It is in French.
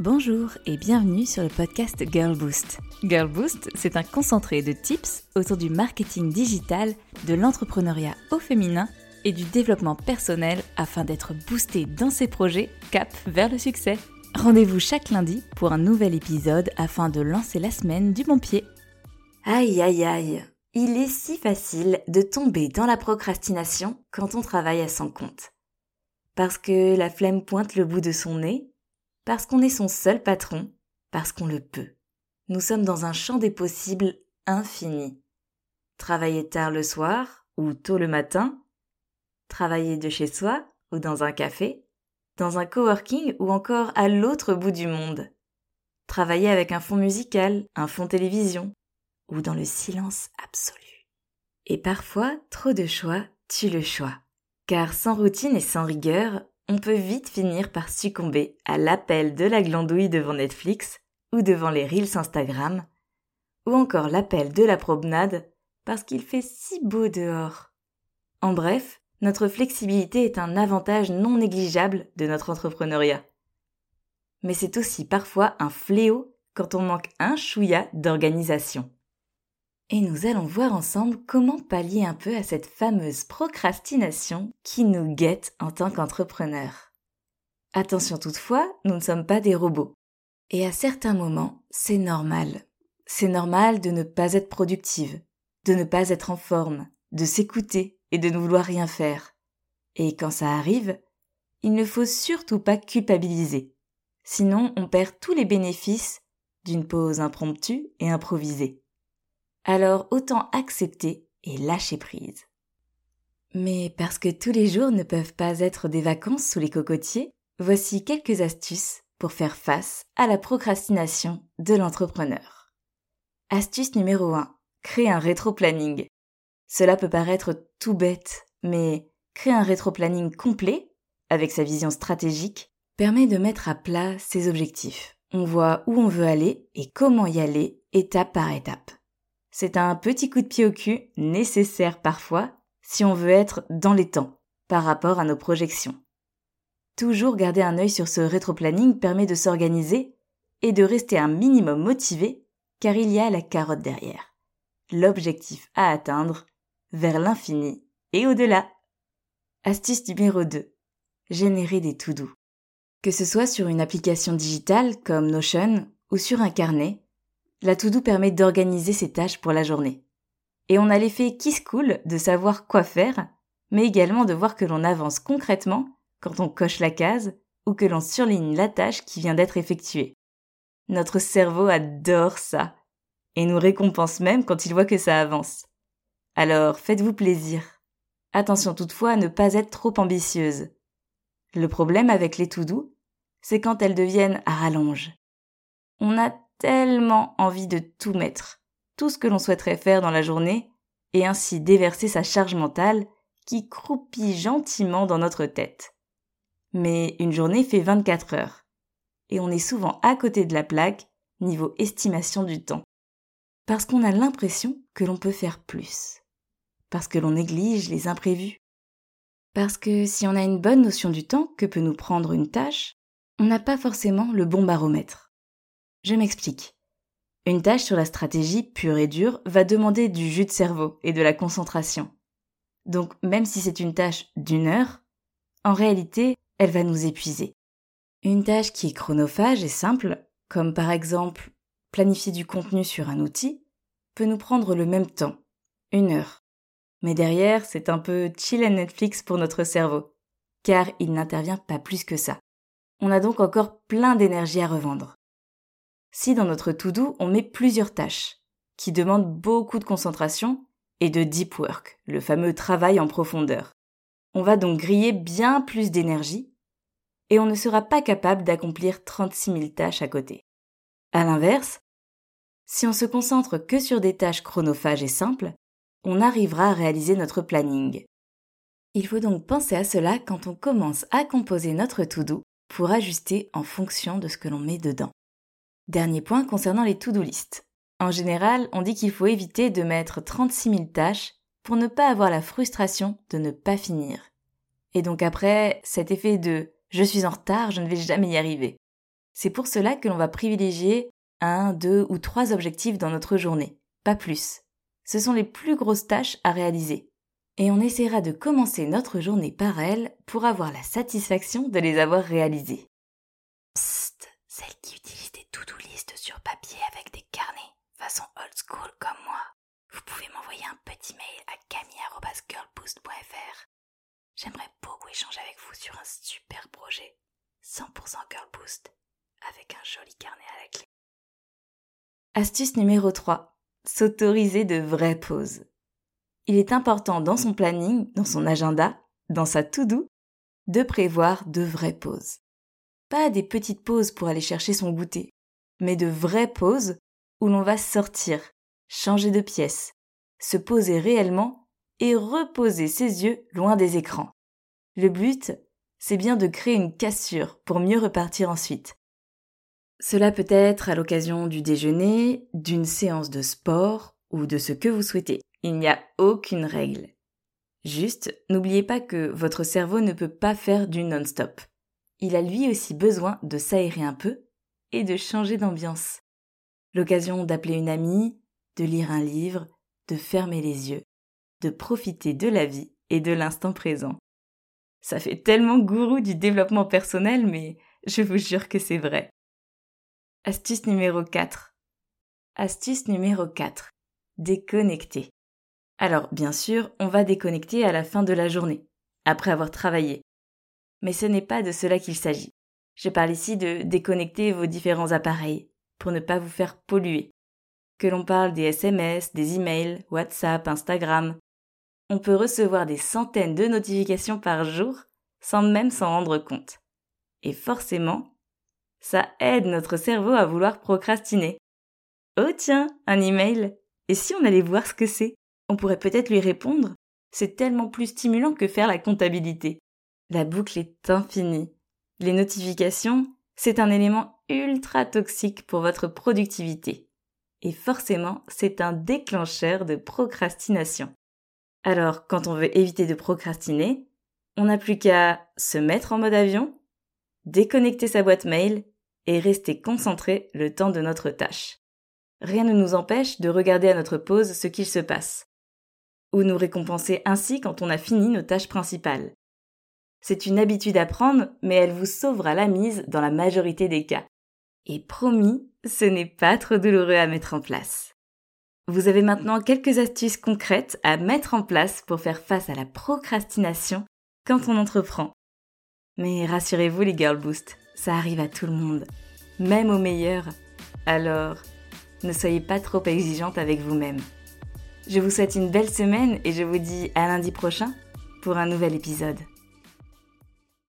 Bonjour et bienvenue sur le podcast Girl Boost. Girl Boost, c'est un concentré de tips autour du marketing digital, de l'entrepreneuriat au féminin et du développement personnel afin d'être boosté dans ses projets cap vers le succès. Rendez-vous chaque lundi pour un nouvel épisode afin de lancer la semaine du bon pied. Aïe aïe aïe, il est si facile de tomber dans la procrastination quand on travaille à son compte. Parce que la flemme pointe le bout de son nez, parce qu'on est son seul patron, parce qu'on le peut. Nous sommes dans un champ des possibles infini. Travailler tard le soir ou tôt le matin, travailler de chez soi ou dans un café, dans un coworking ou encore à l'autre bout du monde. Travailler avec un fond musical, un fond télévision ou dans le silence absolu. Et parfois, trop de choix tue le choix. Car sans routine et sans rigueur, on peut vite finir par succomber à l'appel de la glandouille devant Netflix ou devant les Reels Instagram, ou encore l'appel de la promenade parce qu'il fait si beau dehors. En bref, notre flexibilité est un avantage non négligeable de notre entrepreneuriat. Mais c'est aussi parfois un fléau quand on manque un chouïa d'organisation. Et nous allons voir ensemble comment pallier un peu à cette fameuse procrastination qui nous guette en tant qu'entrepreneurs. Attention toutefois, nous ne sommes pas des robots. Et à certains moments, c'est normal. C'est normal de ne pas être productive, de ne pas être en forme, de s'écouter et de ne vouloir rien faire. Et quand ça arrive, il ne faut surtout pas culpabiliser. Sinon, on perd tous les bénéfices d'une pause impromptue et improvisée. Alors autant accepter et lâcher prise. Mais parce que tous les jours ne peuvent pas être des vacances sous les cocotiers, voici quelques astuces pour faire face à la procrastination de l'entrepreneur. Astuce numéro 1. Créer un rétro-planning. Cela peut paraître tout bête, mais créer un rétro-planning complet, avec sa vision stratégique, permet de mettre à plat ses objectifs. On voit où on veut aller et comment y aller, étape par étape. C'est un petit coup de pied au cul, nécessaire parfois, si on veut être dans les temps, par rapport à nos projections. Toujours garder un œil sur ce rétro-planning permet de s'organiser et de rester un minimum motivé, car il y a la carotte derrière. L'objectif à atteindre, vers l'infini et au-delà. Astuce numéro 2. Générer des to-do. Que ce soit sur une application digitale comme Notion ou sur un carnet, la to-do permet d'organiser ses tâches pour la journée. Et on a l'effet qui se coule de savoir quoi faire, mais également de voir que l'on avance concrètement quand on coche la case ou que l'on surligne la tâche qui vient d'être effectuée. Notre cerveau adore ça et nous récompense même quand il voit que ça avance. Alors faites-vous plaisir. Attention toutefois à ne pas être trop ambitieuse. Le problème avec les to-do, c'est quand elles deviennent à rallonge. On a tellement envie de tout mettre, tout ce que l'on souhaiterait faire dans la journée, et ainsi déverser sa charge mentale qui croupit gentiment dans notre tête. Mais une journée fait 24 heures, et on est souvent à côté de la plaque niveau estimation du temps. Parce qu'on a l'impression que l'on peut faire plus. Parce que l'on néglige les imprévus. Parce que si on a une bonne notion du temps que peut nous prendre une tâche, on n'a pas forcément le bon baromètre. Je m'explique. Une tâche sur la stratégie pure et dure va demander du jus de cerveau et de la concentration. Donc même si c'est une tâche d'1 heure, en réalité, elle va nous épuiser. Une tâche qui est chronophage et simple, comme par exemple planifier du contenu sur un outil, peut nous prendre le même temps, 1 heure. Mais derrière, c'est un peu chill and Netflix pour notre cerveau, car il n'intervient pas plus que ça. On a donc encore plein d'énergie à revendre. Si dans notre to-do, on met plusieurs tâches, qui demandent beaucoup de concentration et de deep work, le fameux travail en profondeur, on va donc griller bien plus d'énergie et on ne sera pas capable d'accomplir 36 000 tâches à côté. À l'inverse, si on se concentre que sur des tâches chronophages et simples, on arrivera à réaliser notre planning. Il faut donc penser à cela quand on commence à composer notre to-do pour ajuster en fonction de ce que l'on met dedans. Dernier point concernant les to-do list. En général, on dit qu'il faut éviter de mettre 36 000 tâches pour ne pas avoir la frustration de ne pas finir. Et donc après, cet effet de « je suis en retard, je ne vais jamais y arriver ». C'est pour cela que l'on va privilégier 1, 2 ou 3 objectifs dans notre journée, pas plus. Ce sont les plus grosses tâches à réaliser. Et on essaiera de commencer notre journée par elles pour avoir la satisfaction de les avoir réalisées. Psst, celles qui utilisent des to-do list sur papier avec des carnets, façon old school comme moi, vous pouvez m'envoyer un petit mail à camille@girlboost.fr. J'aimerais beaucoup échanger avec vous sur un super projet, 100% Girl Boost, avec un joli carnet à la clé. Astuce numéro 3. S'autoriser de vraies pauses. Il est important dans son planning, dans son agenda, dans sa to-do, de prévoir de vraies pauses. Pas des petites pauses pour aller chercher son goûter, mais de vraies pauses où l'on va sortir, changer de pièce, se poser réellement et reposer ses yeux loin des écrans. Le but, c'est bien de créer une cassure pour mieux repartir ensuite. Cela peut être à l'occasion du déjeuner, d'une séance de sport ou de ce que vous souhaitez. Il n'y a aucune règle. Juste, n'oubliez pas que votre cerveau ne peut pas faire du non-stop. Il a lui aussi besoin de s'aérer un peu et de changer d'ambiance. L'occasion d'appeler une amie, de lire un livre, de fermer les yeux, de profiter de la vie et de l'instant présent. Ça fait tellement gourou du développement personnel, mais je vous jure que c'est vrai. Astuce numéro 4. Astuce numéro 4. Déconnecter. Alors, bien sûr, on va déconnecter à la fin de la journée, après avoir travaillé. Mais ce n'est pas de cela qu'il s'agit. Je parle ici de déconnecter vos différents appareils, pour ne pas vous faire polluer. Que l'on parle des SMS, des emails, WhatsApp, Instagram. On peut recevoir des centaines de notifications par jour sans même s'en rendre compte. Et forcément, ça aide notre cerveau à vouloir procrastiner. Oh tiens, un email! Et si on allait voir ce que c'est? On pourrait peut-être lui répondre. C'est tellement plus stimulant que faire la comptabilité. La boucle est infinie. Les notifications, c'est un élément ultra toxique pour votre productivité. Et forcément, c'est un déclencheur de procrastination. Alors, quand on veut éviter de procrastiner, on n'a plus qu'à se mettre en mode avion, déconnecter sa boîte mail et rester concentré le temps de notre tâche. Rien ne nous empêche de regarder à notre pause ce qu'il se passe, ou nous récompenser ainsi quand on a fini nos tâches principales. C'est une habitude à prendre, mais elle vous sauvera la mise dans la majorité des cas. Et promis, ce n'est pas trop douloureux à mettre en place. Vous avez maintenant quelques astuces concrètes à mettre en place pour faire face à la procrastination quand on entreprend. Mais rassurez-vous les Girl Boost, ça arrive à tout le monde, même aux meilleurs. Alors, ne soyez pas trop exigeante avec vous-même. Je vous souhaite une belle semaine et je vous dis à lundi prochain pour un nouvel épisode.